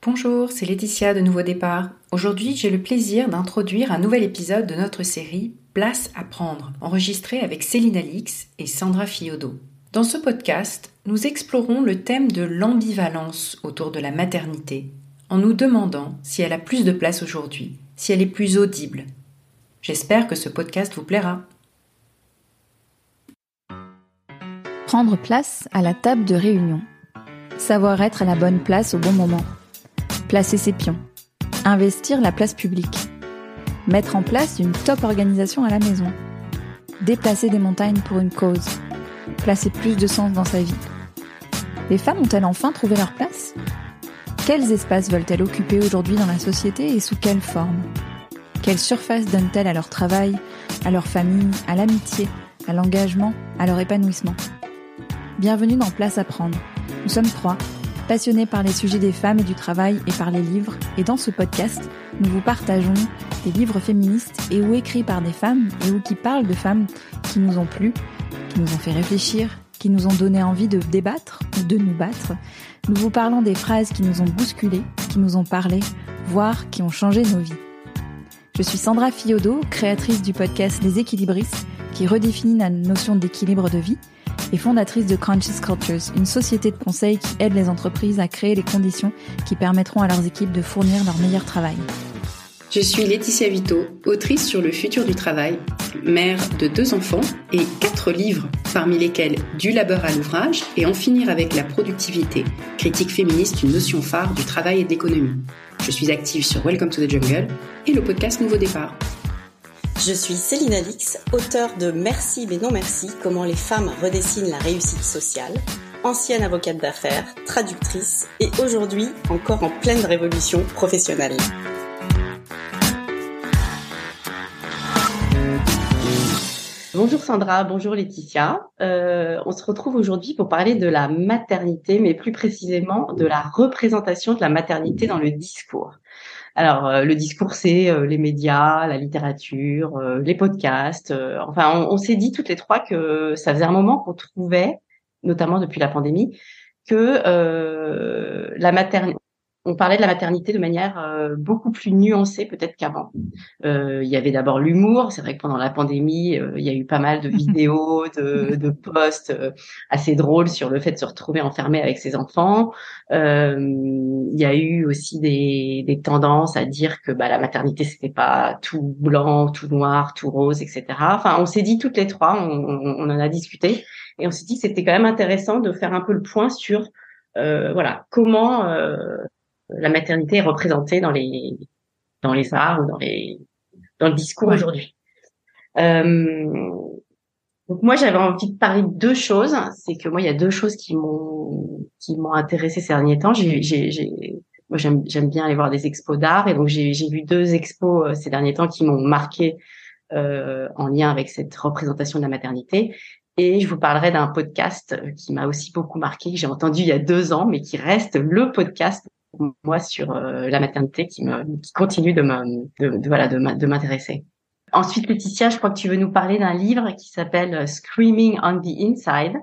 Bonjour, c'est Laetitia de Nouveau Départ. Aujourd'hui, j'ai le plaisir d'introduire un nouvel épisode de notre série Place à prendre, enregistré avec Céline Alix et Sandra Fiodo. Dans ce podcast, nous explorons le thème de l'ambivalence autour de la maternité, en nous demandant si elle a plus de place aujourd'hui, si elle est plus audible. J'espère que ce podcast vous plaira. Prendre place à la table de réunion. Savoir être à la bonne place au bon moment. Placer ses pions. Investir la place publique. Mettre en place une top organisation à la maison. Déplacer des montagnes pour une cause. Placer plus de sens dans sa vie. Les femmes ont-elles enfin trouvé leur place ? Quels espaces veulent-elles occuper aujourd'hui dans la société et sous quelle forme ? Quelle surface donnent-elles à leur travail, à leur famille, à l'amitié, à l'engagement, à leur épanouissement ? Bienvenue dans Place à prendre. Nous sommes 3, passionnés par les sujets des femmes et du travail et par les livres. Et dans ce podcast, nous vous partageons des livres féministes et ou écrits par des femmes et ou qui parlent de femmes qui nous ont plu, qui nous ont fait réfléchir, qui nous ont donné envie de débattre ou de nous battre. Nous vous parlons des phrases qui nous ont bousculées, qui nous ont parlé, voire qui ont changé nos vies. Je suis Sandra Fiodo, créatrice du podcast Les Équilibristes, qui redéfinit la notion d'équilibre de vie, et fondatrice de Conscious Cultures, une société de conseil qui aide les entreprises à créer les conditions qui permettront à leurs équipes de fournir leur meilleur travail. Je suis Laetitia Vito, autrice sur le futur du travail, mère de 2 enfants et 4 livres, parmi lesquels Du labeur à l'ouvrage et En finir avec la productivité, critique féministe, une notion phare du travail et de l'économie. Je suis active sur Welcome to the Jungle et le podcast Nouveau Départ. Je suis Céline Alix, auteure de Merci mais non merci, comment les femmes redessinent la réussite sociale, ancienne avocate d'affaires, traductrice et aujourd'hui encore en pleine révolution professionnelle. Bonjour Sandra, bonjour Laetitia. On se retrouve aujourd'hui pour parler de la maternité, mais plus précisément de la représentation de la maternité dans le discours. Alors, le discours, c'est les médias, la littérature, les podcasts. On s'est dit toutes les 3 que ça faisait un moment qu'on trouvait, notamment depuis la pandémie, que on parlait de la maternité de manière beaucoup plus nuancée peut-être qu'avant. Il y avait d'abord l'humour. C'est vrai que pendant la pandémie, il y a eu pas mal de vidéos, de posts assez drôles sur le fait de se retrouver enfermé avec ses enfants. Il y a eu aussi des tendances à dire que la maternité c'était pas tout blanc, tout noir, tout rose, etc. Enfin, on s'est dit toutes les 3, on en a discuté et on s'est dit que c'était quand même intéressant de faire un peu le point sur comment la maternité est représentée dans les arts ou dans le discours aujourd'hui. Donc moi j'avais envie de parler de 2 choses. C'est que moi il y a 2 choses qui m'ont intéressée ces derniers temps. Moi j'aime bien aller voir des expos d'art et donc j'ai vu 2 expos ces derniers temps qui m'ont marqué en lien avec cette représentation de la maternité. Et je vous parlerai d'un podcast qui m'a aussi beaucoup marqué, que j'ai entendu il y a 2 ans, mais qui reste le podcast moi sur la maternité qui continue de m'intéresser. Ensuite, Laetitia, je crois que tu veux nous parler d'un livre qui s'appelle Screaming on the Inside,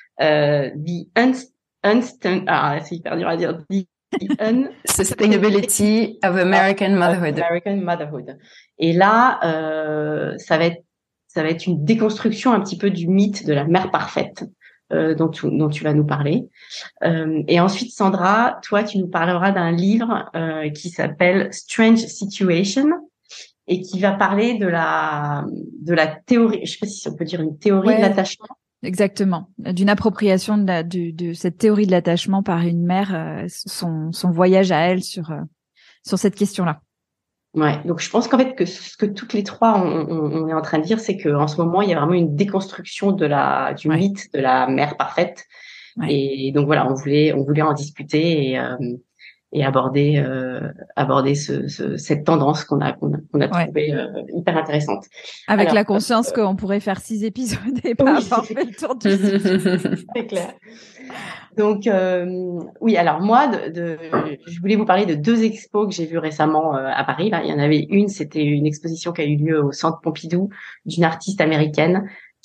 c'est hyper dur à dire. Sustainability of American Motherhood. American Motherhood. Et là, ça va être une déconstruction un petit peu du mythe de la mère parfaite. Dont tu vas nous parler. Et ensuite, Sandra, toi, tu nous parleras d'un livre qui s'appelle Strange Situation et qui va parler de la théorie, je sais pas si on peut dire une théorie de l'attachement. Exactement, d'une appropriation de cette théorie de l'attachement par une mère, son voyage à elle sur cette question-là. Ouais, donc je pense qu'en fait que ce que toutes les 3 on est en train de dire, c'est que en ce moment il y a vraiment une déconstruction du mythe de la mère parfaite. Ouais. Et donc voilà, on voulait en discuter et aborder cette tendance qu'on a trouvée hyper intéressante. Avec la conscience qu'on pourrait faire 6 épisodes et pas avoir fait le tour du sujet. C'est clair. Donc alors moi je voulais vous parler de 2 expos que j'ai vues récemment à Paris. Là, il y en avait une, c'était une exposition qui a eu lieu au Centre Pompidou d'une artiste américaine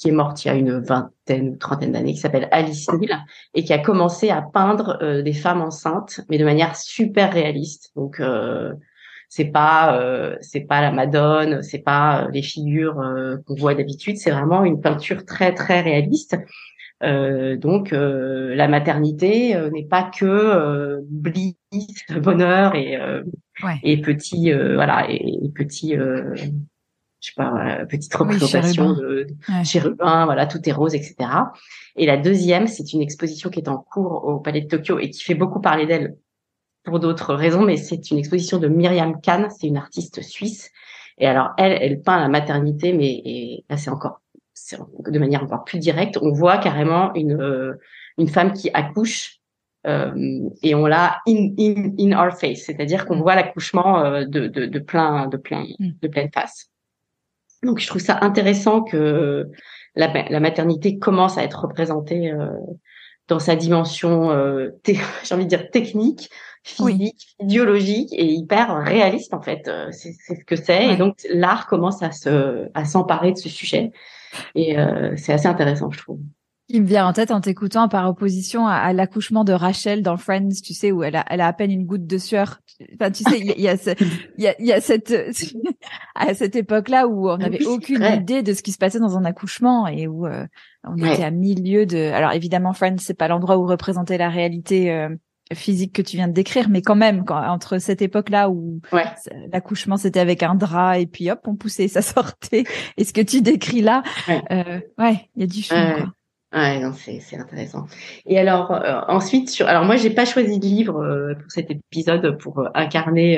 qui est morte il y a une vingtaine ou trentaine d'années, qui s'appelle Alice Neal, et qui a commencé à peindre des femmes enceintes, mais de manière super réaliste. Donc c'est pas la Madone, c'est pas les figures qu'on voit d'habitude, c'est vraiment une peinture très très réaliste. Donc la maternité n'est pas que bliss, bonheur et petit voilà et petit je sais pas, petite Oui, représentation chérubin. de Ouais. chérubin, voilà, tout est rose, etc. Et la deuxième, c'est une exposition qui est en cours au Palais de Tokyo et qui fait beaucoup parler d'elle pour d'autres raisons, mais c'est une exposition de Myriam Kahn, c'est une artiste suisse. Et alors, elle peint la maternité, mais et là, c'est de manière encore plus directe. On voit carrément une femme qui accouche, et on l'a in our face, c'est-à-dire qu'on voit l'accouchement de pleine face. Donc, je trouve ça intéressant que la maternité commence à être représentée dans sa dimension, j'ai envie de dire technique, Oui. physique, biologique et hyper réaliste en fait. C'est ce que c'est. Et Ouais. donc, l'art commence à s'emparer de ce sujet. Et c'est assez intéressant, je trouve. Il me vient en tête en t'écoutant par opposition à l'accouchement de Rachel dans Friends, tu sais, où elle a à peine une goutte de sueur. Enfin, tu sais, il y a cette, à cette époque-là où on n'avait Oui, c'est aucune vrai. idée de ce qui se passait dans un accouchement et où on était Ouais. à milieu de. Alors évidemment, Friends, c'est pas l'endroit où représenter la réalité physique que tu viens de décrire, mais quand même, entre cette époque-là où Ouais. l'accouchement c'était avec un drap et puis hop, on poussait, et ça sortait. Et ce que tu décris là, Ouais. ouais, il y a du fond, Ouais. quoi. Ouais, non, c'est intéressant. Et alors ensuite alors moi j'ai pas choisi de livre pour cet épisode pour incarner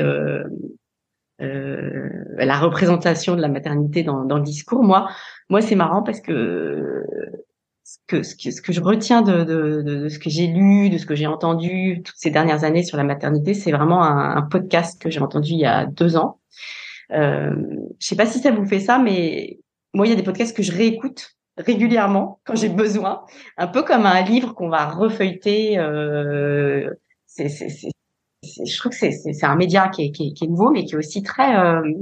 la représentation de la maternité dans le discours. Moi c'est marrant parce que ce que je retiens de ce que j'ai lu, de ce que j'ai entendu toutes ces dernières années sur la maternité, c'est vraiment un podcast que j'ai entendu il y a 2 ans. Je sais pas si ça vous fait ça, mais moi, il y a des podcasts que je réécoute régulièrement quand j'ai besoin, un peu comme un livre qu'on va refeuilleter. Je trouve que c'est un média qui est nouveau, mais qui est aussi très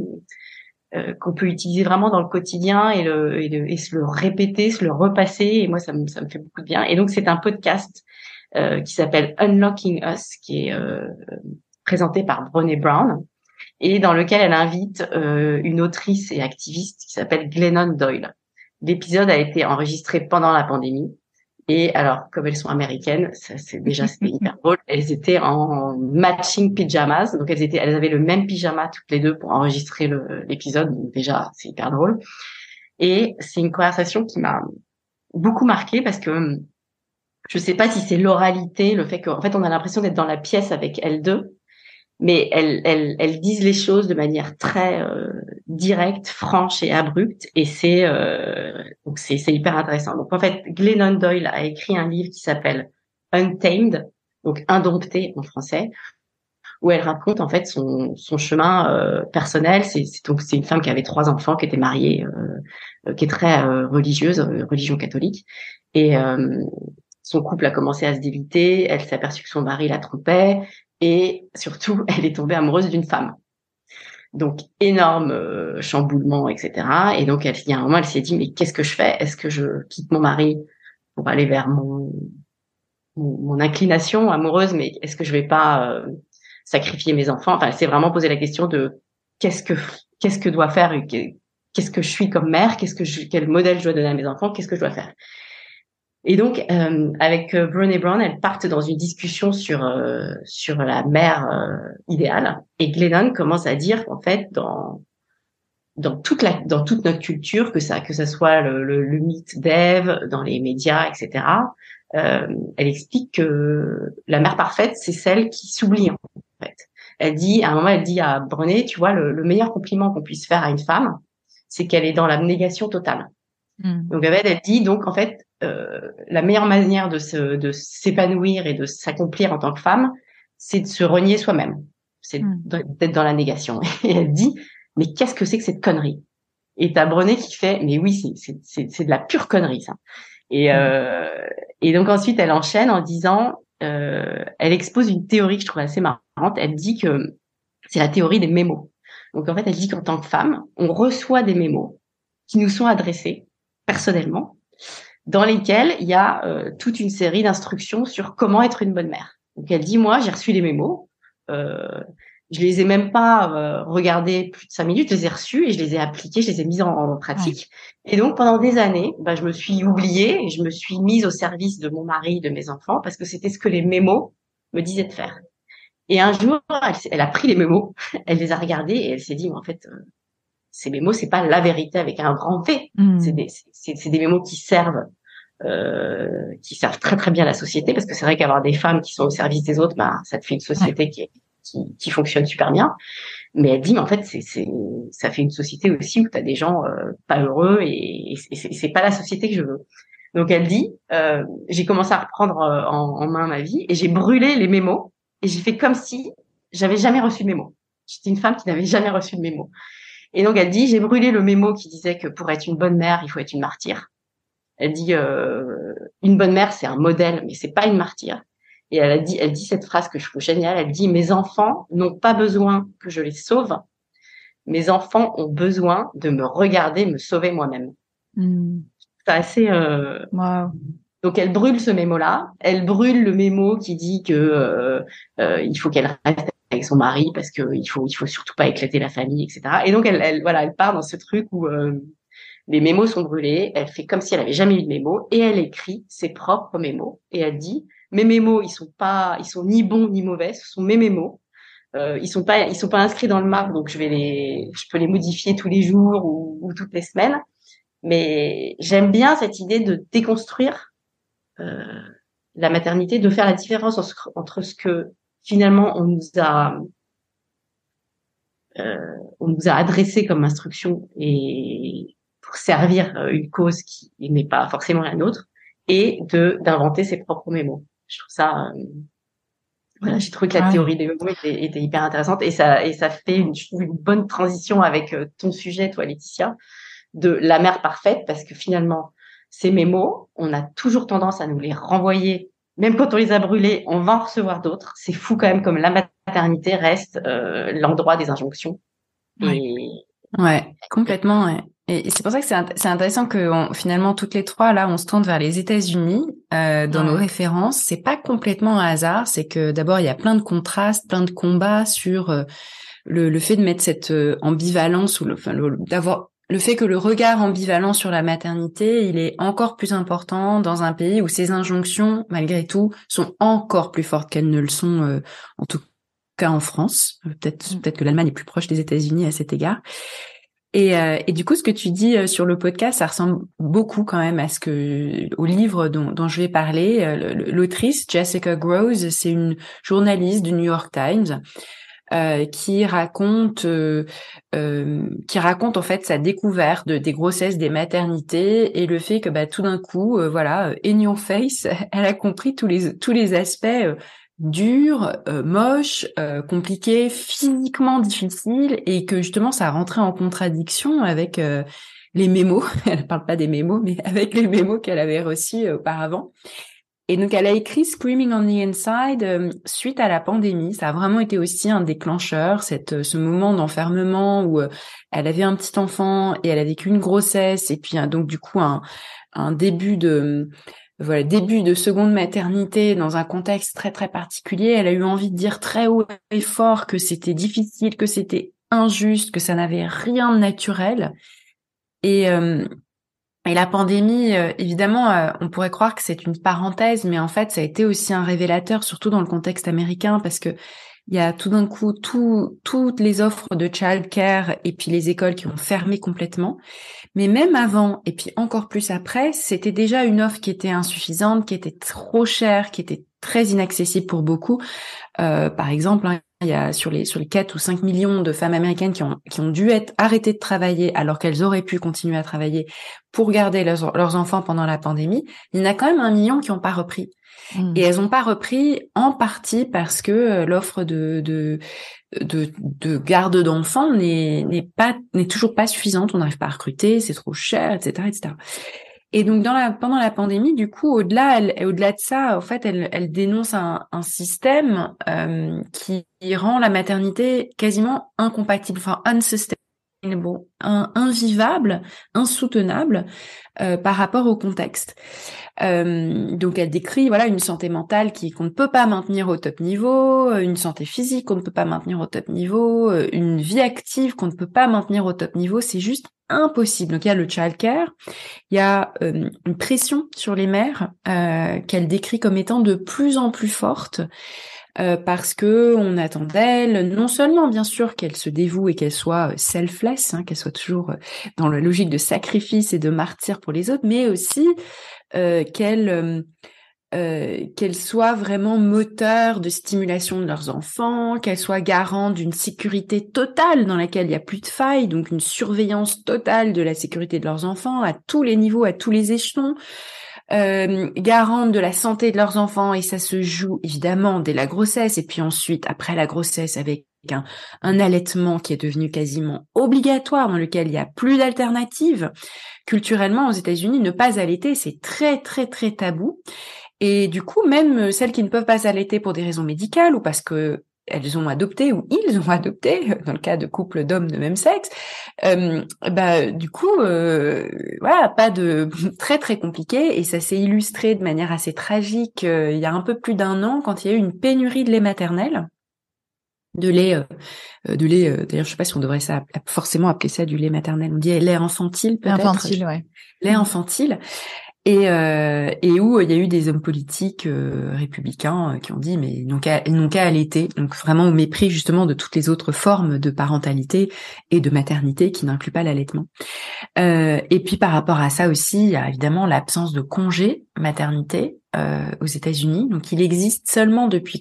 qu'on peut utiliser vraiment dans le quotidien et se le répéter, se le repasser. Et moi, ça me fait beaucoup de bien. Et donc, c'est un podcast qui s'appelle Unlocking Us, qui est présenté par Brené Brown et dans lequel elle invite une autrice et activiste qui s'appelle Glennon Doyle. L'épisode a été enregistré pendant la pandémie. Et alors, comme elles sont américaines, c'était hyper drôle. Elles étaient en matching pyjamas, donc elles avaient le même pyjama toutes les deux pour enregistrer l'épisode. Donc déjà, c'est hyper drôle. Et c'est une conversation qui m'a beaucoup marquée parce que je sais pas si c'est l'oralité, le fait qu'en fait on a l'impression d'être dans la pièce avec elles deux, mais elles disent les choses de manière très directe, franche et abrupte, et donc c'est hyper intéressant. Donc en fait, Glennon Doyle a écrit un livre qui s'appelle Untamed, donc Indompté en français, où elle raconte en fait son chemin personnel. C'est une femme qui avait 3 enfants, qui était mariée, qui est très religieuse, religion catholique, et son couple a commencé à se déliter. Elle s'est aperçue que son mari la trompait. Et surtout, elle est tombée amoureuse d'une femme. Donc, énorme chamboulement, etc. Et donc, il y a un moment, elle s'est dit, mais qu'est-ce que je fais? Est-ce que je quitte mon mari pour aller vers mon inclination amoureuse, mais est-ce que je vais pas sacrifier mes enfants? Enfin, elle s'est vraiment posé la question de qu'est-ce que doit faire, qu'est-ce que je suis comme mère, quel modèle je dois donner à mes enfants, qu'est-ce que je dois faire? Et donc, avec Brené Brown, elles partent dans une discussion sur la mère idéale. Et Glennon commence à dire qu'en fait, dans toute notre culture, que ça soit le mythe d'Ève, dans les médias, etc. Elle explique que la mère parfaite, c'est celle qui s'oublie en fait. À un moment, elle dit à Brené, tu vois, le meilleur compliment qu'on puisse faire à une femme, c'est qu'elle est dans la négation totale. Donc elle dit donc en fait la meilleure manière de s'épanouir et de s'accomplir en tant que femme, c'est de se renier soi-même, c'est d'être dans la négation. Et elle dit mais qu'est-ce que c'est que cette connerie? Et t'as Brené qui fait mais oui c'est de la pure connerie ça. Et donc ensuite elle enchaîne en disant elle expose une théorie que je trouve assez marrante. Elle dit que c'est la théorie des mémos. Donc en fait elle dit qu'en tant que femme on reçoit des mémos qui nous sont adressés personnellement, dans lesquels il y a toute une série d'instructions sur comment être une bonne mère. Donc elle dit, moi, j'ai reçu les mémos, je les ai même pas regardés plus de 5 minutes, je les ai reçus et je les ai appliqués, je les ai mis en pratique. Ouais. Et donc pendant des années, je me suis oubliée et je me suis mise au service de mon mari, de mes enfants, parce que c'était ce que les mémos me disaient de faire. Et un jour, elle a pris les mémos, elle les a regardés et elle s'est dit, mais en fait, ces mémos, c'est pas la vérité avec un grand V. C'est des mémos qui servent très très bien la société, parce que c'est vrai qu'avoir des femmes qui sont au service des autres, ça te fait une société qui fonctionne super bien. Mais elle dit, mais en fait, ça fait une société aussi où tu as des gens pas heureux et c'est pas la société que je veux. Donc elle dit, j'ai commencé à reprendre en main ma vie et j'ai brûlé les mémos et j'ai fait comme si j'avais jamais reçu de mémo. J'étais une femme qui n'avait jamais reçu de mémo. Et donc elle dit, j'ai brûlé le mémo qui disait que pour être une bonne mère, il faut être une martyre. Elle dit, une bonne mère, c'est un modèle, mais c'est pas une martyre. Et elle dit cette phrase que je trouve géniale. Elle dit, mes enfants n'ont pas besoin que je les sauve. Mes enfants ont besoin de me regarder me sauver moi-même. C'est assez. Wow. Donc elle brûle ce mémo-là. Elle brûle le mémo qui dit que il faut qu'elle reste avec son mari parce que il faut surtout pas éclater la famille, etc. Et donc elle part dans ce truc où les mémos sont brûlés. Elle fait comme si elle avait jamais eu de mémos et elle écrit ses propres mémos. Et elle dit, mes mémos, ils sont ni bons ni mauvais. Ce sont mes mémos. Ils sont pas inscrits dans le marbre, donc je peux les modifier tous les jours ou toutes les semaines. Mais j'aime bien cette idée de déconstruire la maternité, de faire la différence entre ce que finalement on nous a adressé comme instruction et pour servir une cause qui n'est pas forcément la nôtre, et d'inventer ses propres mémos. Je trouve ça voilà, j'ai trouvé que la théorie des mémos était hyper intéressante et ça fait je trouve une bonne transition avec ton sujet, toi, Laetitia, de la mère parfaite, parce que finalement, ces mémos, on a toujours tendance à nous les renvoyer. Même quand on les a brûlés, on va en recevoir d'autres. C'est fou quand même comme la maternité reste l'endroit des injonctions. Ouais, complètement. Ouais. Et c'est pour ça que c'est intéressant que finalement toutes les trois là, on se tourne vers les États-Unis dans nos références. C'est pas complètement un hasard. C'est que d'abord il y a plein de contrastes, plein de combats sur le fait de mettre cette ambivalence ou d'avoir le fait que le regard ambivalent sur la maternité, il est encore plus important dans un pays où ces injonctions, malgré tout, sont encore plus fortes qu'elles ne le sont en tout cas en France. Peut-être que l'Allemagne est plus proche des États-Unis à cet égard. Et du coup, ce que tu dis sur le podcast, ça ressemble beaucoup quand même au livre dont je vais parler. L'autrice Jessica Grose, c'est une journaliste du New York Times qui raconte en fait sa découverte des grossesses, des maternités et le fait que tout d'un coup, in your face, elle a compris tous les aspects durs, moches, compliqués, physiquement difficiles, et que justement ça rentrait en contradiction avec les mémos. Elle parle pas des mémos, mais avec les mémos qu'elle avait reçus auparavant. Et donc elle a écrit Screaming on the Inside suite à la pandémie. Ça a vraiment été aussi un déclencheur, ce moment d'enfermement où elle avait un petit enfant et elle a vécu une grossesse, et puis donc du coup un début de seconde maternité dans un contexte très très particulier. Elle a eu envie de dire très haut et fort que c'était difficile, que c'était injuste, que ça n'avait rien de naturel. Et la pandémie, évidemment, on pourrait croire que c'est une parenthèse, mais en fait, ça a été aussi un révélateur, surtout dans le contexte américain, parce que il y a tout d'un coup toutes les offres de childcare et puis les écoles qui ont fermé complètement. Mais même avant, et puis encore plus après, c'était déjà une offre qui était insuffisante, qui était trop chère, qui était très inaccessible pour beaucoup. Par exemple, il y a sur les 4 ou 5 millions de femmes américaines qui ont dû être arrêtées de travailler alors qu'elles auraient pu continuer à travailler pour garder leurs enfants pendant la pandémie. Il y en a quand même 1 million qui n'ont pas repris. Et elles n'ont pas repris en partie parce que l'offre de garde d'enfants n'est toujours pas suffisante. On n'arrive pas à recruter, c'est trop cher, etc., etc. Et donc pendant la pandémie, du coup, au-delà de ça, en fait, elle dénonce un système qui rend la maternité quasiment incompatible, enfin unsustainable invivable, insoutenable par rapport au contexte. Donc elle décrit une santé mentale qu'on ne peut pas maintenir au top niveau, une santé physique qu'on ne peut pas maintenir au top niveau, une vie active qu'on ne peut pas maintenir au top niveau, c'est juste impossible. Donc il y a le childcare, il y a une pression sur les mères qu'elle décrit comme étant de plus en plus forte. Parce que on attend d'elle non seulement bien sûr qu'elle se dévoue et qu'elle soit selfless, qu'elle soit toujours dans la logique de sacrifice et de martyr pour les autres, mais aussi qu'elle soit vraiment moteur de stimulation de leurs enfants, qu'elle soit garante d'une sécurité totale dans laquelle il n'y a plus de faille, donc une surveillance totale de la sécurité de leurs enfants à tous les niveaux, à tous les échelons. Garante de la santé de leurs enfants, et ça se joue évidemment dès la grossesse et puis ensuite après la grossesse avec un allaitement qui est devenu quasiment obligatoire, dans lequel il n'y a plus d'alternative. Culturellement aux États-Unis, ne pas allaiter, c'est très très très tabou, et du coup même celles qui ne peuvent pas allaiter pour des raisons médicales ou parce que elles ont adopté ou ils ont adopté, dans le cas de couples d'hommes de même sexe, du coup, pas de très très compliqué, et ça s'est illustré de manière assez tragique il y a un peu plus d'1 an quand il y a eu une pénurie de lait maternel, de lait, d'ailleurs je sais pas si on devrait forcément appeler ça du lait maternel, on dit lait infantile peut-être. Infantile, ouais. Lait infantile. Et où il y a eu des hommes politiques républicains qui ont dit mais ils n'ont qu'à allaiter, donc vraiment au mépris justement de toutes les autres formes de parentalité et de maternité qui n'incluent pas l'allaitement. Et puis par rapport à ça aussi, il y a évidemment l'absence de congé maternité aux États-Unis. Donc il existe seulement depuis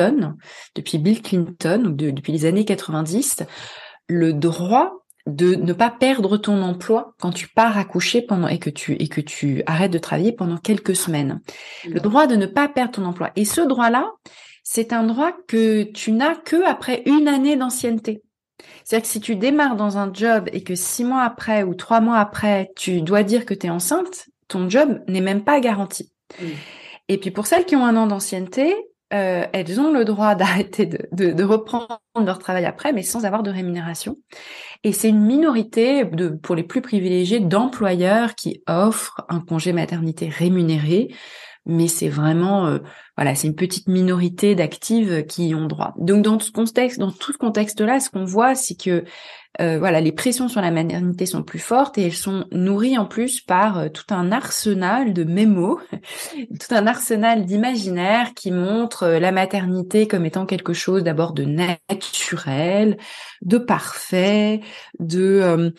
Bill Clinton, donc depuis les années 90, le droit de ne pas perdre ton emploi quand tu pars accoucher et que tu arrêtes de travailler pendant quelques semaines. Le droit de ne pas perdre ton emploi. Et ce droit-là, c'est un droit que tu n'as que après 1 année d'ancienneté. C'est-à-dire que si tu démarres dans un job et que 6 mois après ou 3 mois après, tu dois dire que tu es enceinte, ton job n'est même pas garanti. Et puis pour celles qui ont 1 an d'ancienneté, elles ont le droit d'arrêter de reprendre leur travail après, mais sans avoir de rémunération. Et c'est une minorité pour les plus privilégiés d'employeurs qui offrent un congé maternité rémunéré, mais c'est vraiment c'est une petite minorité d'actives qui y ont droit. Donc dans tout ce contexte-là, ce qu'on voit, c'est que les pressions sur la maternité sont plus fortes, et elles sont nourries en plus par tout un arsenal de mémos, tout un arsenal d'imaginaire qui montre la maternité comme étant quelque chose d'abord de naturel, de parfait, de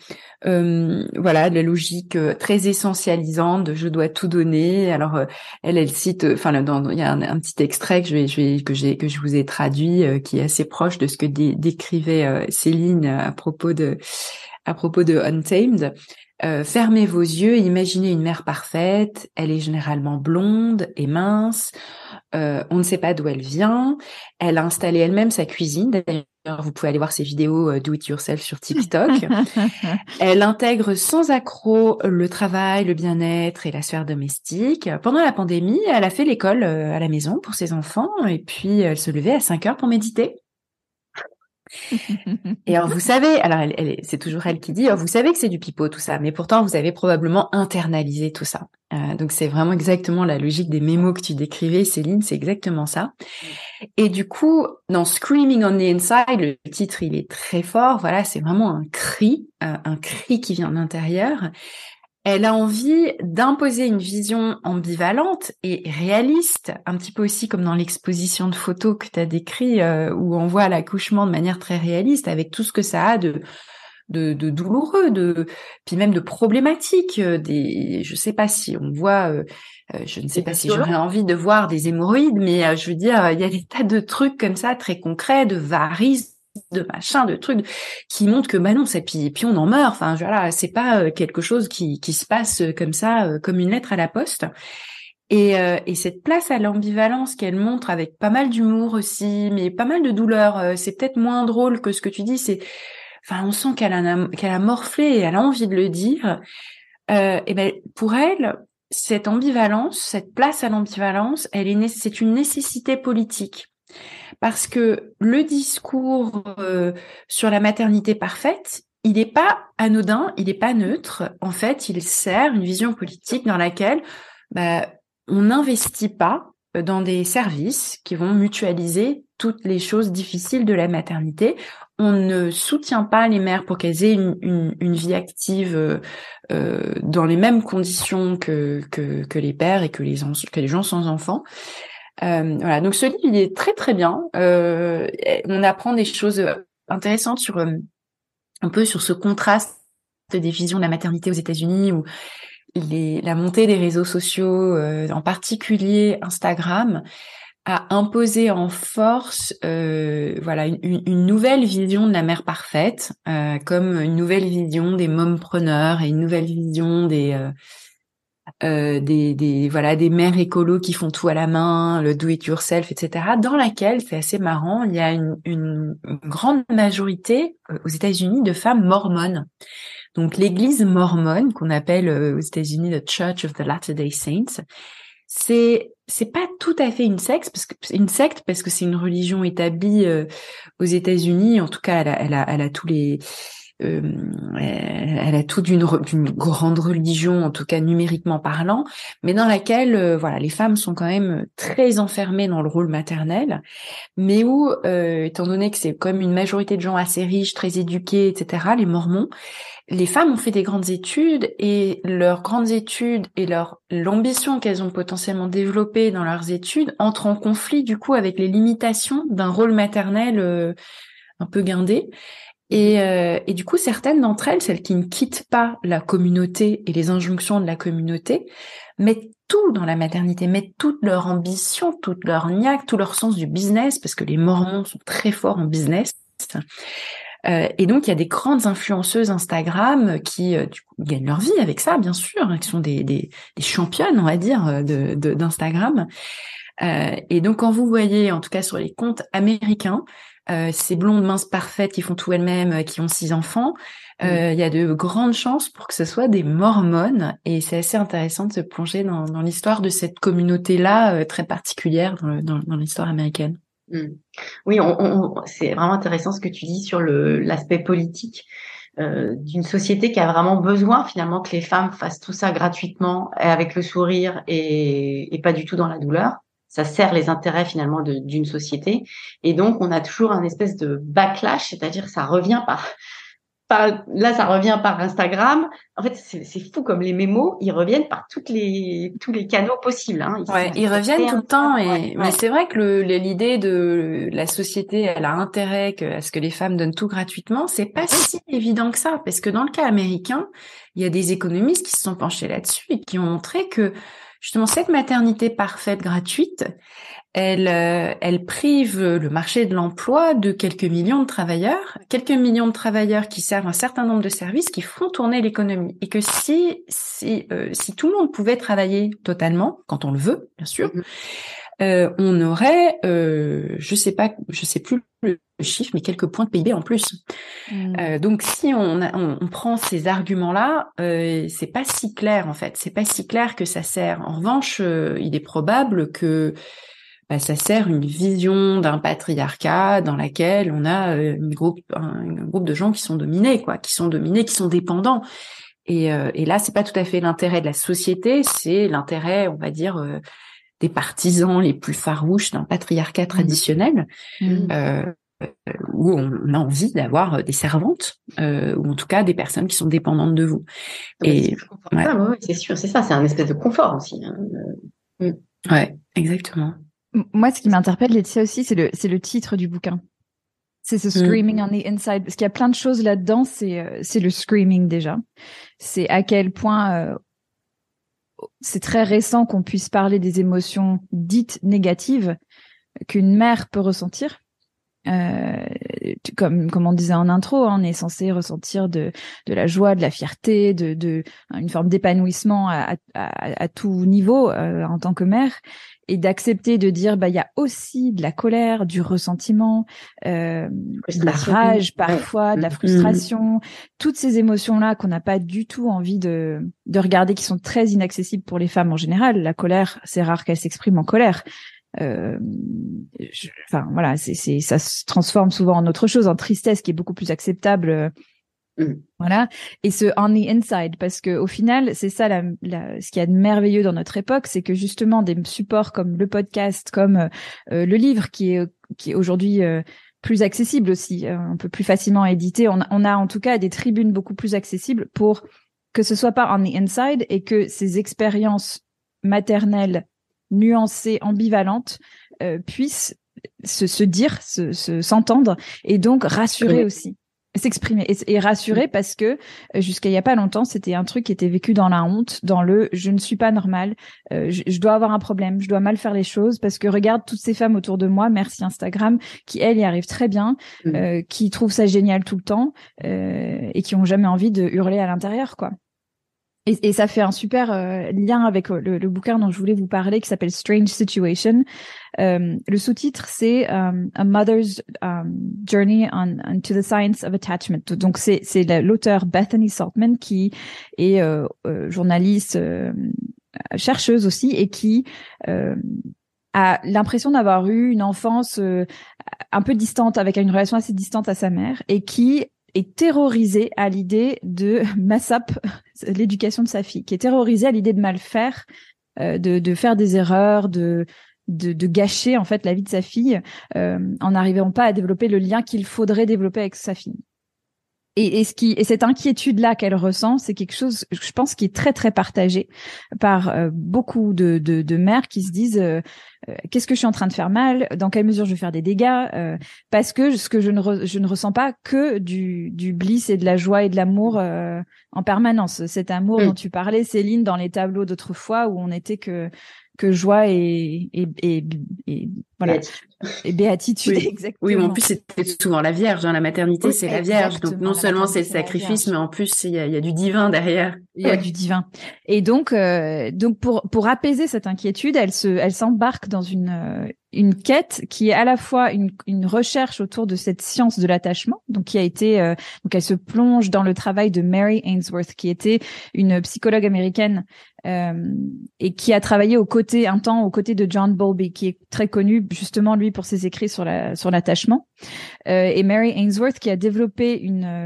la logique très essentialisante de je dois tout donner. Alors elle cite, il y a un petit extrait que je vous ai traduit qui est assez proche de ce que décrivait Céline à propos de Untamed. Fermez vos yeux, imaginez une mère parfaite. Elle est généralement blonde et mince. On ne sait pas d'où elle vient. Elle a installé elle-même sa cuisine. D'ailleurs, vous pouvez aller voir ses vidéos do it yourself sur TikTok. Elle intègre sans accroc le travail, le bien-être et la sphère domestique. Pendant la pandémie, elle a fait l'école à la maison pour ses enfants, et puis elle se levait à 5 heures pour méditer. Et alors vous savez, c'est toujours elle qui dit, vous savez que c'est du pipeau tout ça, mais pourtant vous avez probablement internalisé tout ça. Donc c'est vraiment exactement la logique des mémos que tu décrivais, Céline, c'est exactement ça. Et du coup, dans Screaming on the Inside, le titre il est très fort, voilà, c'est vraiment un cri qui vient de l'intérieur. Elle a envie d'imposer une vision ambivalente et réaliste, un petit peu aussi comme dans l'exposition de photos que tu as décrit, où on voit l'accouchement de manière très réaliste, avec tout ce que ça a de douloureux, puis même de problématiques. Je sais pas si on voit, je ne sais pas si j'aurais envie de voir des hémorroïdes, mais je veux dire, il y a des tas de trucs comme ça très concrets, de varices, de machin, de trucs qui montrent que non, ça, puis on en meurt. Enfin, voilà, c'est pas quelque chose qui se passe comme ça, comme une lettre à la poste. Et cette place à l'ambivalence qu'elle montre avec pas mal d'humour aussi, mais pas mal de douleur. C'est peut-être moins drôle que ce que tu dis. On sent qu'elle a morflé et elle a envie de le dire. Pour elle, cette ambivalence, cette place à l'ambivalence, c'est une nécessité politique. Parce que le discours sur la maternité parfaite, il n'est pas anodin, il n'est pas neutre. En fait, il sert une vision politique dans laquelle on n'investit pas dans des services qui vont mutualiser toutes les choses difficiles de la maternité. On ne soutient pas les mères pour qu'elles aient une vie active dans les mêmes conditions que les pères et que les gens sans enfants. Voilà. Donc ce livre, il est très très bien. On apprend des choses intéressantes sur un peu sur ce contraste des visions de la maternité aux États-Unis, où la montée des réseaux sociaux, en particulier Instagram, a imposé en force une nouvelle vision de la mère parfaite, comme une nouvelle vision des mompreneurs et une nouvelle vision des mères écolos qui font tout à la main, le do it yourself, etc., dans laquelle, c'est assez marrant, il y a une grande majorité aux États-Unis de femmes mormones. Donc l'église mormone, qu'on appelle aux États-Unis the Church of the Latter-day Saints, c'est pas tout à fait une secte parce que c'est une religion établie aux États-Unis. En tout cas, elle a tous les elle a tout d'une grande religion, en tout cas numériquement parlant, mais dans laquelle les femmes sont quand même très enfermées dans le rôle maternel, mais où étant donné que c'est comme une majorité de gens assez riches, très éduqués, etc., les Mormons, les femmes ont fait des grandes études, et leurs grandes études et l'ambition qu'elles ont potentiellement développée dans leurs études entrent en conflit du coup avec les limitations d'un rôle maternel un peu guindé. Et du coup, certaines d'entre elles, celles qui ne quittent pas la communauté et les injonctions de la communauté, mettent tout dans la maternité, mettent toute leur ambition, toute leur niaque, tout leur sens du business, parce que les Mormons sont très forts en business. Et donc, il y a des grandes influenceuses Instagram qui du coup, gagnent leur vie avec ça, bien sûr, qui sont des championnes, on va dire, d'Instagram. Et donc, quand vous voyez, en tout cas sur les comptes américains, ces blondes minces parfaites qui font tout elles-mêmes, qui ont 6 enfants, il y a de grandes chances pour que ce soit des mormones, et c'est assez intéressant de se plonger dans l'histoire de cette communauté-là, très particulière dans l'histoire américaine. Oui, c'est vraiment intéressant ce que tu dis sur l'aspect politique d'une société qui a vraiment besoin finalement que les femmes fassent tout ça gratuitement, et avec le sourire et pas du tout dans la douleur. Ça sert les intérêts finalement d'une société, et donc on a toujours un espèce de backlash, c'est-à-dire ça revient ça revient par Instagram. En fait, c'est fou comme les mémos, ils reviennent par tous les canaux possibles. Hein. Ils reviennent tout le temps. Mais c'est vrai que l'idée de la société, elle a intérêt à ce que les femmes donnent tout gratuitement. C'est pas si évident que ça, parce que dans le cas américain, il y a des économistes qui se sont penchés là-dessus et qui ont montré que justement cette maternité parfaite gratuite, elle prive le marché de l'emploi de quelques millions de travailleurs qui servent un certain nombre de services qui font tourner l'économie. Et que si tout le monde pouvait travailler totalement, quand on le veut, bien sûr, on aurait, je sais plus le chiffre, mais quelques points de PIB en plus. Donc si on prend ces arguments-là, c'est pas si clair en fait. C'est pas si clair que ça sert. En revanche, il est probable que ça sert une vision d'un patriarcat dans laquelle on a un groupe de gens qui sont dominés, qui sont dépendants. Et là, c'est pas tout à fait l'intérêt de la société, c'est l'intérêt, on va dire, des partisans les plus farouches d'un patriarcat traditionnel, où on a envie d'avoir des servantes, ou en tout cas des personnes qui sont dépendantes de vous. Et c'est sûr, c'est ça, c'est un espèce de confort aussi. Hein. Ouais, exactement. Moi, ce qui m'interpelle, Laetitia, aussi, c'est le titre du bouquin. C'est ce screaming on the inside, parce qu'il y a plein de choses là-dedans. C'est le screaming déjà. C'est à quel point c'est très récent qu'on puisse parler des émotions dites négatives qu'une mère peut ressentir. Comme on disait en intro, on est censé ressentir de la joie, de la fierté, de une forme d'épanouissement à tout niveau en tant que mère, et d'accepter de dire il y a aussi de la colère, du ressentiment, de la rage parfois, de la frustration, toutes ces émotions là qu'on n'a pas du tout envie de regarder, qui sont très inaccessibles pour les femmes en général. La colère, c'est rare qu'elle s'exprime en colère. Ça se transforme souvent en autre chose, en tristesse qui est beaucoup plus acceptable Voilà. Et ce on the inside, parce que au final, c'est ça ce qu'il y a de merveilleux dans notre époque, c'est que justement des supports comme le podcast, comme le livre qui est aujourd'hui plus accessible aussi, un peu plus facilement édité. On a en tout cas des tribunes beaucoup plus accessibles pour que ce soit pas on the inside et que ces expériences maternelles nuancées, ambivalentes puissent se dire, s'entendre et donc rassurer aussi. S'exprimer et rassurer parce que jusqu'à il y a pas longtemps, c'était un truc qui était vécu dans la honte, dans le je ne suis pas normal, je dois avoir un problème, je dois mal faire les choses parce que regarde toutes ces femmes autour de moi, merci Instagram, qui elles y arrivent très bien, qui trouvent ça génial tout le temps et qui ont jamais envie de hurler à l'intérieur, quoi. Et ça fait un super lien avec le bouquin dont je voulais vous parler qui s'appelle Strange Situation. Le sous-titre, c'est A Mother's Journey to the Science of Attachment. Donc, c'est l'auteur Bethany Saltman qui est journaliste, chercheuse aussi, et qui a l'impression d'avoir eu une enfance un peu distante, avec une relation assez distante à sa mère, et qui est terrorisée à l'idée de MASAP, l'éducation de sa fille, qui est terrorisée à l'idée de mal faire, de faire des erreurs, de gâcher en fait la vie de sa fille en n'arrivant pas à développer le lien qu'il faudrait développer avec sa fille. Et cette inquiétude-là qu'elle ressent, c'est quelque chose, je pense, qui est très très partagé par beaucoup de mères qui se disent qu'est-ce que je suis en train de faire mal, dans quelle mesure je vais faire des dégâts, parce que ce que je ne ressens pas que du bliss et de la joie et de l'amour en permanence. Cet amour dont tu parlais, Céline, dans les tableaux d'autrefois où on était que joie et voilà. Et béatitude, oui. exactement. Oui, mais en plus, c'était souvent la Vierge. La maternité, Oui, c'est la Vierge. Donc, non seulement c'est le sacrifice, mais en plus, il y a du divin derrière. Il y a du divin. Et donc pour apaiser cette inquiétude, elle s'embarque dans une quête qui est à la fois une recherche autour de cette science de l'attachement, donc qui a été donc elle se plonge dans le travail de Mary Ainsworth, qui était une psychologue américaine et qui a travaillé un temps aux côtés de John Bowlby, qui est très connu justement lui pour ses écrits sur l'attachement. Et Mary Ainsworth qui a développé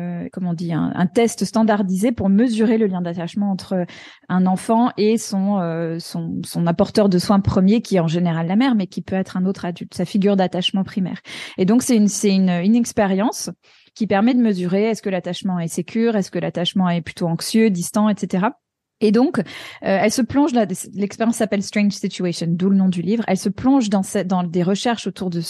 un test standardisé pour mesurer le lien d'attachement entre un enfant et son apporteur de soins premier, qui est en général la mère, mais qui peut être un autre adulte, sa figure d'attachement primaire. Et donc c'est une expérience qui permet de mesurer est-ce que l'attachement est sécure, est-ce que l'attachement est plutôt anxieux, distant, etc. Et donc, elle se plonge là. L'expérience s'appelle Strange Situation, d'où le nom du livre. Elle se plonge dans des recherches autour de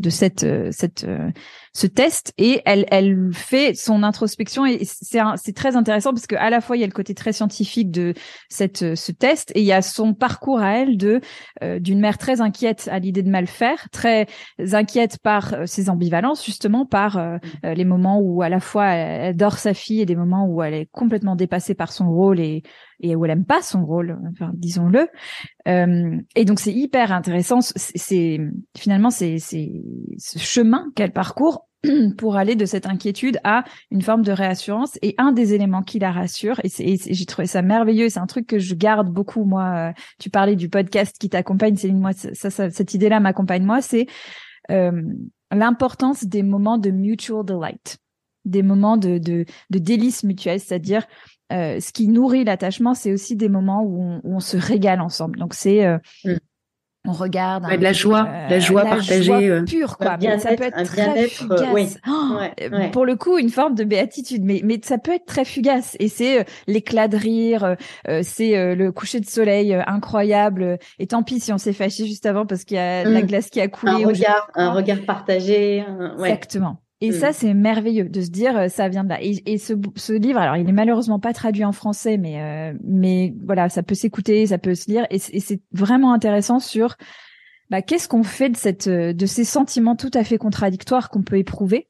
ce test, et elle fait son introspection. Et c'est très intéressant parce que à la fois il y a le côté très scientifique de ce test, et il y a son parcours à elle d'une mère très inquiète à l'idée de mal faire, très inquiète par ses ambivalences, justement par les moments où à la fois elle adore sa fille et des moments où elle est complètement dépassée par son rôle et où elle aime pas son rôle, enfin, disons-le. Et donc c'est hyper intéressant. C'est finalement c'est ce chemin qu'elle parcourt pour aller de cette inquiétude à une forme de réassurance. Et un des éléments qui la rassure, et j'ai trouvé ça merveilleux, c'est un truc que je garde beaucoup, moi. Tu parlais du podcast qui t'accompagne, Céline. Moi, cette idée-là m'accompagne, moi. C'est l'importance des moments de mutual delight, des moments de délice mutuelle, c'est-à-dire ce qui nourrit l'attachement, c'est aussi des moments où on se régale ensemble. Donc c'est on regarde de la joie partagée, joie pure, quoi. Mais ça peut être très fugace. Pour le coup, une forme de béatitude, mais ça peut être très fugace. Et c'est l'éclat de rire, c'est le coucher de soleil incroyable. Et tant pis si on s'est fâché juste avant parce qu'il y a de la glace qui a coulé. Un regard partagé. Exactement. Et ça, c'est merveilleux de se dire, ça vient de là. Et ce livre, alors, il est malheureusement pas traduit en français, mais voilà, ça peut s'écouter, ça peut se lire. Et c'est vraiment intéressant sur, qu'est-ce qu'on fait de ces sentiments tout à fait contradictoires qu'on peut éprouver,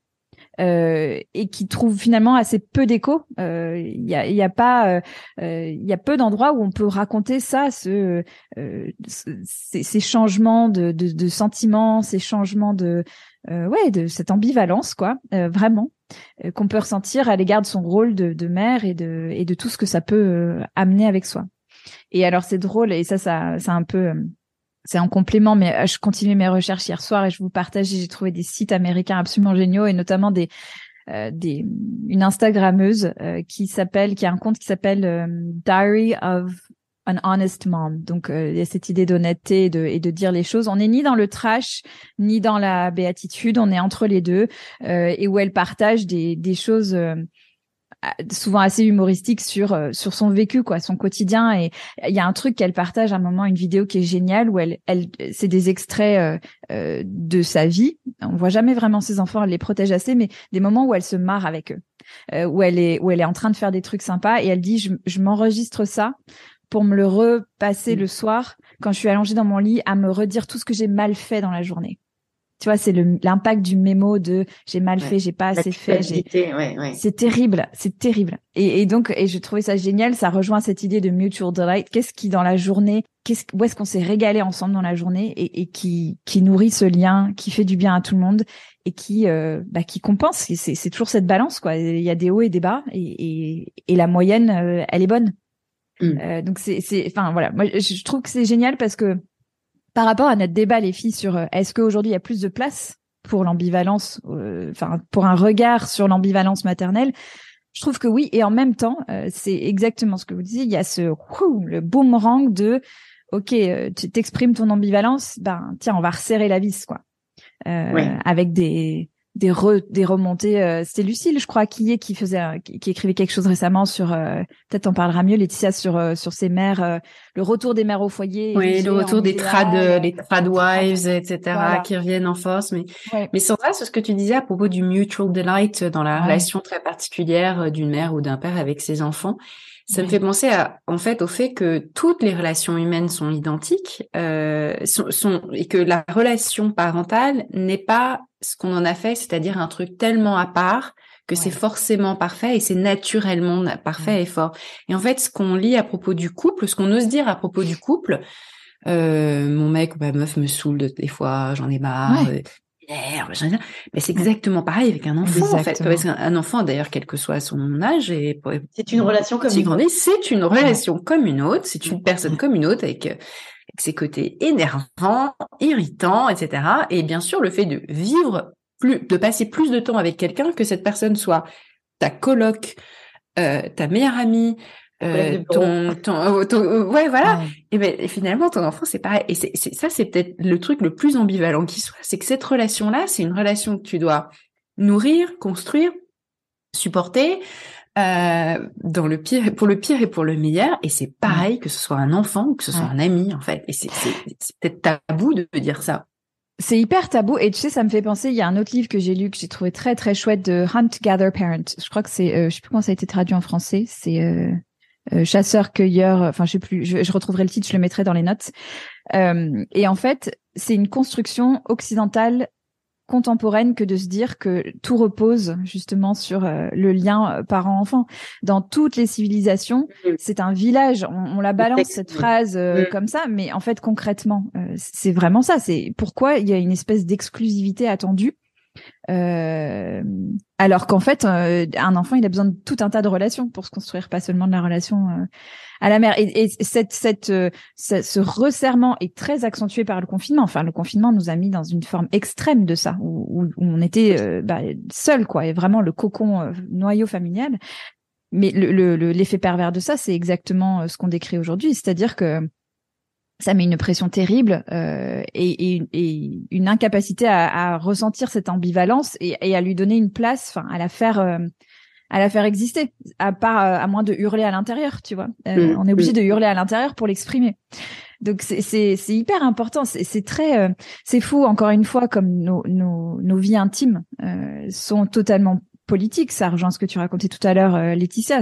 et qui trouvent finalement assez peu d'écho. Il y a peu d'endroits où on peut raconter ça, ces changements de sentiments, ces changements de cette ambivalence, quoi, vraiment, qu'on peut ressentir à l'égard de son rôle de mère et de tout ce que ça peut amener avec soi. Et alors c'est drôle, et ça un peu c'est en complément, mais je continuais mes recherches hier soir et je vous partage, j'ai trouvé des sites américains absolument géniaux, et notamment une Instagrammeuse qui a un compte qui s'appelle Diary of an Honest Mom. Donc il y a cette idée d'honnêteté et de dire les choses. On n'est ni dans le trash ni dans la béatitude, on est entre les deux, et où elle partage des choses souvent assez humoristique sur son vécu, quoi, son quotidien. Et il y a un truc qu'elle partage à un moment, une vidéo qui est géniale, où elle c'est des extraits de sa vie. On voit jamais vraiment ses enfants, elle les protège assez, mais des moments où elle se marre avec eux, où elle est en train de faire des trucs sympas, et elle dit je m'enregistre ça pour me le repasser le soir quand je suis allongée dans mon lit, à me redire tout ce que j'ai mal fait dans la journée. Tu vois, c'est l'impact du mémo de j'ai mal fait, j'ai pas assez fait, c'est terrible, c'est terrible. Et donc, je trouvais ça génial, ça rejoint cette idée de mutual delight. Qu'est-ce qui dans la journée, où est-ce qu'on s'est régalé ensemble dans la journée, et qui nourrit ce lien, qui fait du bien à tout le monde, et qui compense. C'est toujours cette balance, quoi. Il y a des hauts et des bas, et la moyenne, elle est bonne. Donc enfin voilà, moi je trouve que c'est génial parce que par rapport à notre débat, les filles, sur est-ce qu'aujourd'hui il y a plus de place pour l'ambivalence, pour un regard sur l'ambivalence maternelle, je trouve que oui. Et en même temps, c'est exactement ce que vous disiez, il y a le boomerang de ok, tu t'exprimes ton ambivalence, ben tiens, on va resserrer la vis, quoi, avec des remontées. C'était Lucille, je crois, qui écrivait quelque chose récemment sur, peut-être t'en parlera mieux, Laetitia, sur ces mères, le retour des mères au foyer. Oui, le retour des trad wives, etc., voilà, qui reviennent en force. Mais Sandra, c'est ce que tu disais à propos du mutual delight dans la relation très particulière d'une mère ou d'un père avec ses enfants. Ça me fait penser au fait que toutes les relations humaines sont identiques, et que la relation parentale n'est pas ce qu'on en a fait, c'est-à-dire un truc tellement à part que c'est forcément parfait et c'est naturellement parfait et fort. Et en fait, ce qu'on lit à propos du couple, ce qu'on ose dire à propos du couple, mon mec ou ma meuf me saoule des fois, j'en ai marre. Mais c'est exactement pareil avec un enfant, en fait. Parce qu'un enfant, d'ailleurs, quel que soit son âge, c'est une relation comme une autre. C'est une relation comme une autre. C'est une personne comme une autre avec ses côtés énervants, irritants, etc. Et bien sûr, le fait de passer plus de temps avec quelqu'un, que cette personne soit ta coloc, ta meilleure amie, et finalement ton enfant, c'est pareil. Et c'est peut-être le truc le plus ambivalent qui soit, c'est que cette relation-là, c'est une relation que tu dois nourrir, construire, supporter, pour le pire et pour le meilleur. Et c'est pareil que ce soit un enfant ou que ce soit un ami, en fait. Et c'est peut-être tabou de dire ça. C'est hyper tabou. Et tu sais, ça me fait penser, il y a un autre livre que j'ai lu, que j'ai trouvé très très chouette, de Hunt Gather Parent. Je crois que c'est, je sais plus comment ça a été traduit en français. C'est chasseur-cueilleur. Enfin, je sais plus. Je retrouverai le titre, je le mettrai dans les notes. Et en fait, c'est une construction occidentale contemporaine que de se dire que tout repose justement sur le lien parent-enfant. Dans toutes les civilisations, c'est un village. On la balance, cette phrase, comme ça, mais en fait, concrètement, c'est vraiment ça. C'est pourquoi il y a une espèce d'exclusivité attendue. Alors qu'en fait, un enfant, il a besoin de tout un tas de relations pour se construire, pas seulement de la relation à la mère. Et ce resserrement est très accentué par le confinement. Enfin, le confinement nous a mis dans une forme extrême de ça, où on était seul, quoi, et vraiment le cocon noyau familial. Mais l'effet pervers de ça, c'est exactement ce qu'on décrit aujourd'hui, c'est-à-dire que ça met une pression terrible et une incapacité à ressentir cette ambivalence et à lui donner une place, enfin à la faire exister, à moins de hurler à l'intérieur, tu vois. On est obligé de hurler à l'intérieur pour l'exprimer. Donc c'est hyper important. C'est très c'est fou, encore une fois, comme nos vies intimes sont totalement politiques. Ça rejoint ce que tu racontais tout à l'heure, Laetitia,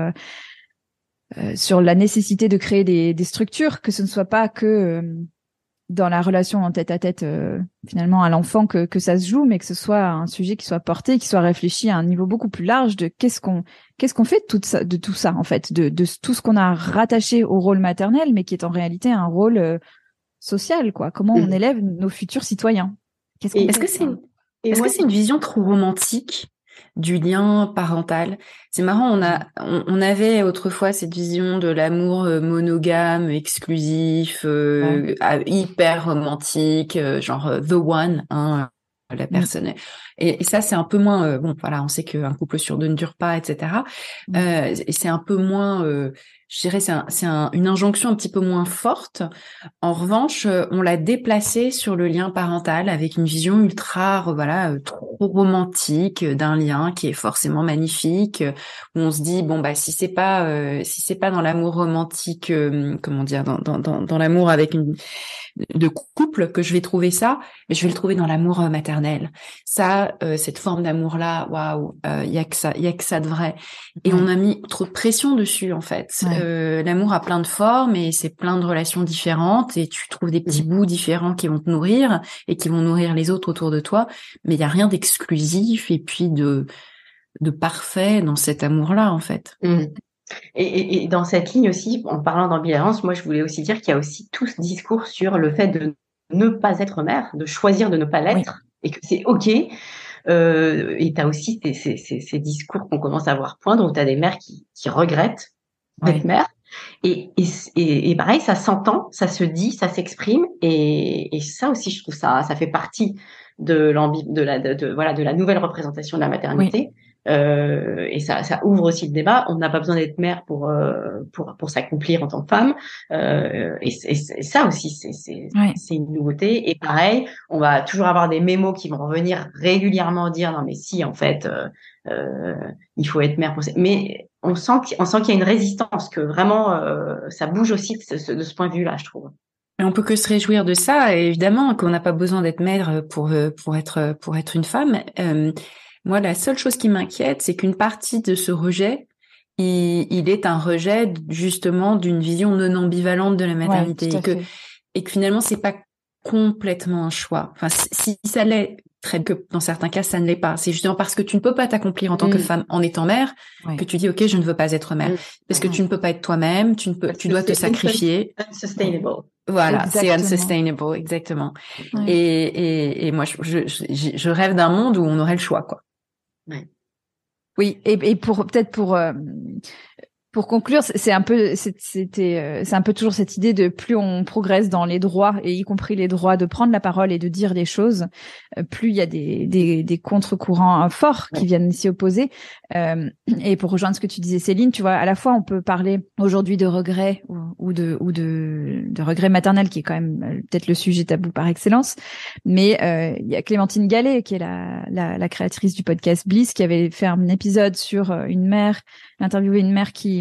sur la nécessité de créer des structures, que ce ne soit pas que dans la relation en tête-à-tête finalement à l'enfant que ça se joue, mais que ce soit un sujet qui soit porté, qui soit réfléchi à un niveau beaucoup plus large de qu'est-ce qu'on fait de tout ça en fait, de tout ce qu'on a rattaché au rôle maternel, mais qui est en réalité un rôle social, quoi. Comment on élève nos futurs citoyens. Est-ce que c'est une vision trop romantique du lien parental? C'est marrant, on avait autrefois cette vision de l'amour monogame, exclusif, hyper romantique, genre the one, hein, la personne. Et ça, c'est un peu moins... bon, voilà, on sait qu'un couple sur deux ne dure pas, etc. Et c'est un peu moins... je dirais, une injonction un petit peu moins forte. En revanche, on l'a déplacé sur le lien parental avec une vision ultra, trop romantique d'un lien qui est forcément magnifique, où on se dit bon bah si c'est pas dans l'amour romantique, comment dire, dans l'amour avec de couple que je vais trouver ça, mais je vais le trouver dans l'amour maternel. Ça, cette forme d'amour-là, waouh, il y a que ça de vrai. Et on a mis trop de pression dessus, en fait. L'amour a plein de formes et c'est plein de relations différentes et tu trouves des petits bouts différents qui vont te nourrir et qui vont nourrir les autres autour de toi, mais il y a rien d'exclusif et puis de parfait dans cet amour-là, en fait. Et dans cette ligne aussi, en parlant d'ambivalence, moi je voulais aussi dire qu'il y a aussi tout ce discours sur le fait de ne pas être mère, de choisir de ne pas l'être, et que c'est ok. Et t'as aussi ces discours qu'on commence à voir poindre où t'as des mères qui regrettent d'être mère. Et pareil, ça s'entend, ça se dit, ça s'exprime, et ça aussi je trouve ça fait partie de la nouvelle représentation de la maternité. Et ça ouvre aussi le débat. On n'a pas besoin d'être mère pour s'accomplir en tant que femme. Et ça aussi, c'est une nouveauté. Et pareil, on va toujours avoir des mémos qui vont revenir régulièrement dire non mais si en fait il faut être mère pour ça. Mais on sent qu'il y a une résistance, que vraiment ça bouge aussi de ce point de vue-là, je trouve. Et on peut que se réjouir de ça, et évidemment qu'on n'a pas besoin d'être mère pour être une femme. Moi, la seule chose qui m'inquiète, c'est qu'une partie de ce rejet, il est un rejet justement d'une vision non ambivalente de la maternité, et que finalement c'est pas complètement un choix. Enfin, si ça l'est, très que dans certains cas ça ne l'est pas. C'est justement parce que tu ne peux pas t'accomplir en tant que femme en étant mère que tu dis ok, je ne veux pas être mère, parce que tu ne peux pas être toi-même, tu dois te sacrifier. Unsustainable. Voilà, exactement. c'est unsustainable, exactement. Et moi je rêve d'un monde où on aurait le choix, quoi. Oui, et pour conclure, c'est un peu toujours cette idée de plus on progresse dans les droits, et y compris les droits de prendre la parole et de dire les choses, plus il y a des contre-courants forts qui viennent s'y opposer. Et pour rejoindre ce que tu disais, Céline, tu vois, à la fois on peut parler aujourd'hui de regret ou de regret maternel, qui est quand même peut-être le sujet tabou par excellence. Mais il y a Clémentine Gallet, qui est la créatrice du podcast Bliss, qui avait fait un épisode sur une mère, interviewé une mère qui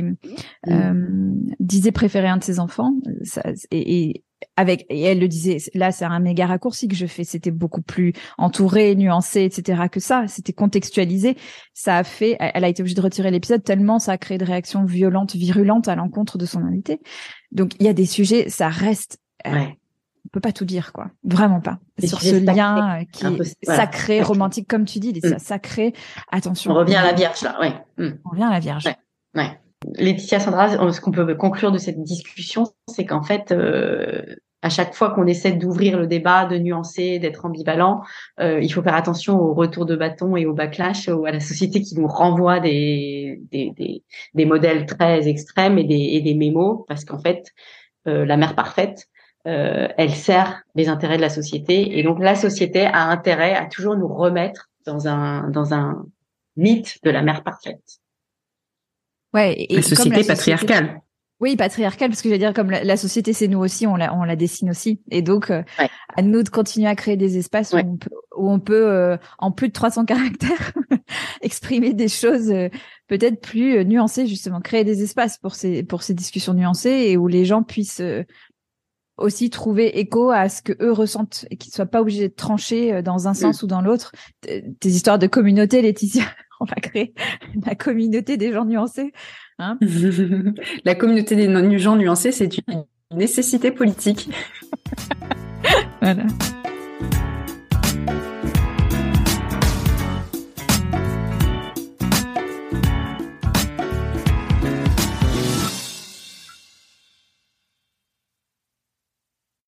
disait préférer un de ses enfants, et elle le disait, là c'est un méga raccourci que je fais, c'était beaucoup plus entouré, nuancé, etc. que ça, c'était contextualisé. Ça a fait, elle a été obligée de retirer l'épisode tellement ça a créé de réactions violentes, virulentes à l'encontre de son invité. Donc il y a des sujets, ça reste, on peut pas tout dire, quoi, vraiment pas. Sur ce lien qui est sacré, romantique, comme tu dis, sacré. Attention. On revient à la Vierge là, On revient à la Vierge. Ouais. Laetitia, Sandra, ce qu'on peut conclure de cette discussion, c'est qu'en fait, à chaque fois qu'on essaie d'ouvrir le débat, de nuancer, d'être ambivalent, il faut faire attention au retour de bâton et au backlash, à la société qui nous renvoie des modèles très extrêmes et des mémos, parce qu'en fait, la mère parfaite, elle sert les intérêts de la société, et donc la société a intérêt à toujours nous remettre dans un mythe de la mère parfaite. Et la société patriarcale. Oui, patriarcale, parce que j'allais dire, comme la société, c'est nous aussi, on la dessine aussi. Et donc, à nous de continuer à créer des espaces où on peut en plus de 300 caractères, exprimer des choses peut-être plus nuancées, justement. Créer des espaces pour ces discussions nuancées, et où les gens puissent aussi trouver écho à ce que eux ressentent, et qu'ils soient pas obligés de trancher dans un sens ou dans l'autre. Tes histoires de communauté, Laetitia, on va créer la communauté des gens nuancés. Hein. La communauté des gens nuancés, c'est une nécessité politique. Voilà.